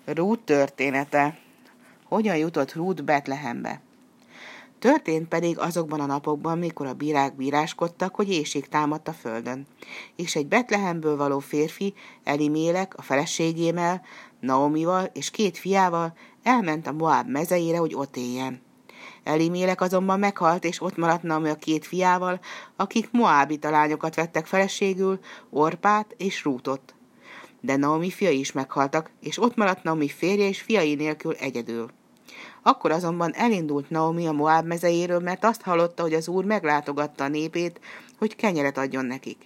Rút története. Hogyan jutott Rút Betlehembe? Történt pedig azokban a napokban, mikor a bírák bíráskodtak, hogy éhség támadt a földön, és egy Betlehemből való férfi, Elimélek, a feleségével, Naomival és 2 fiával elment a Moáb mezeire, hogy ott éljen. Elimélek azonban meghalt, és ott maradt Naomi a 2 fiával, akik moábita lányokat vettek feleségül, Orpát és Rútot. De Naomi fiai is meghaltak, és ott maradt Naomi férje és fiai nélkül egyedül. Akkor azonban elindult Naomi a Moáb mezejéről, mert azt hallotta, hogy az Úr meglátogatta a népét, hogy kenyeret adjon nekik.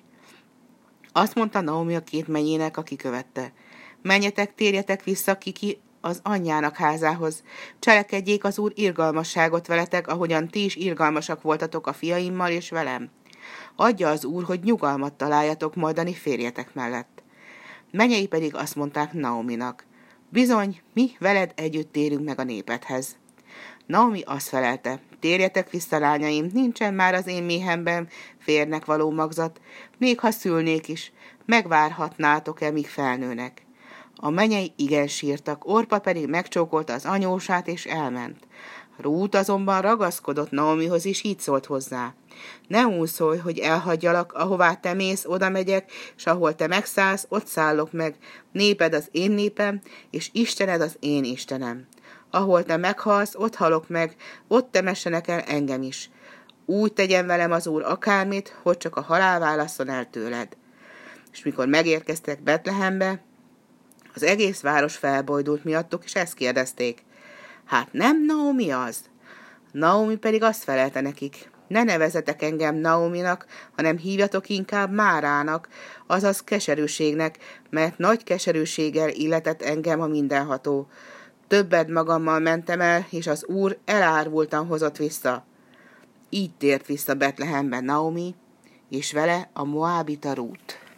Azt mondta Naomi a 2 menjének, aki követte: menjetek, térjetek vissza Kiki az anyjának házához. Cselekedjék az Úr irgalmasságot veletek, ahogyan ti is irgalmasak voltatok a fiaimmal és velem. Adja az Úr, hogy nyugalmat találjatok moldani férjetek mellett. Menyei pedig azt mondták Naominak: bizony, mi veled együtt térünk meg a népedhez. Naomi azt felelte: térjetek vissza, lányaim, nincsen már az én méhemben férnek való magzat, még ha szülnék is, megvárhatnátok-e, míg felnőnek. A menyei igen sírtak, Orpa pedig megcsókolta az anyósát és elment. Rút azonban ragaszkodott Naomihoz, és így szólt hozzá: ne úszolj, hogy elhagyjalak, ahová te mész, oda megyek, s ahol te megszállsz, ott szállok meg. Néped az én népem, és Istened az én Istenem. Ahol te meghalsz, ott halok meg, ott temessenek el engem is. Úgy tegyen velem az Úr akármit, hogy csak a halál válasszon el tőled. És mikor megérkeztek Betlehembe, az egész város felbojdult miattuk, és ezt kérdezték: hát nem Naomi az? Naomi pedig azt felelte nekik: ne nevezetek engem Naominak, hanem hívjatok inkább Márának, azaz keserűségnek, mert nagy keserűséggel illetett engem a mindenható. Többet magammal mentem el, és az Úr elárvultan hozott vissza. Így tért vissza Betlehembe Naomi, és vele a moábita Rút.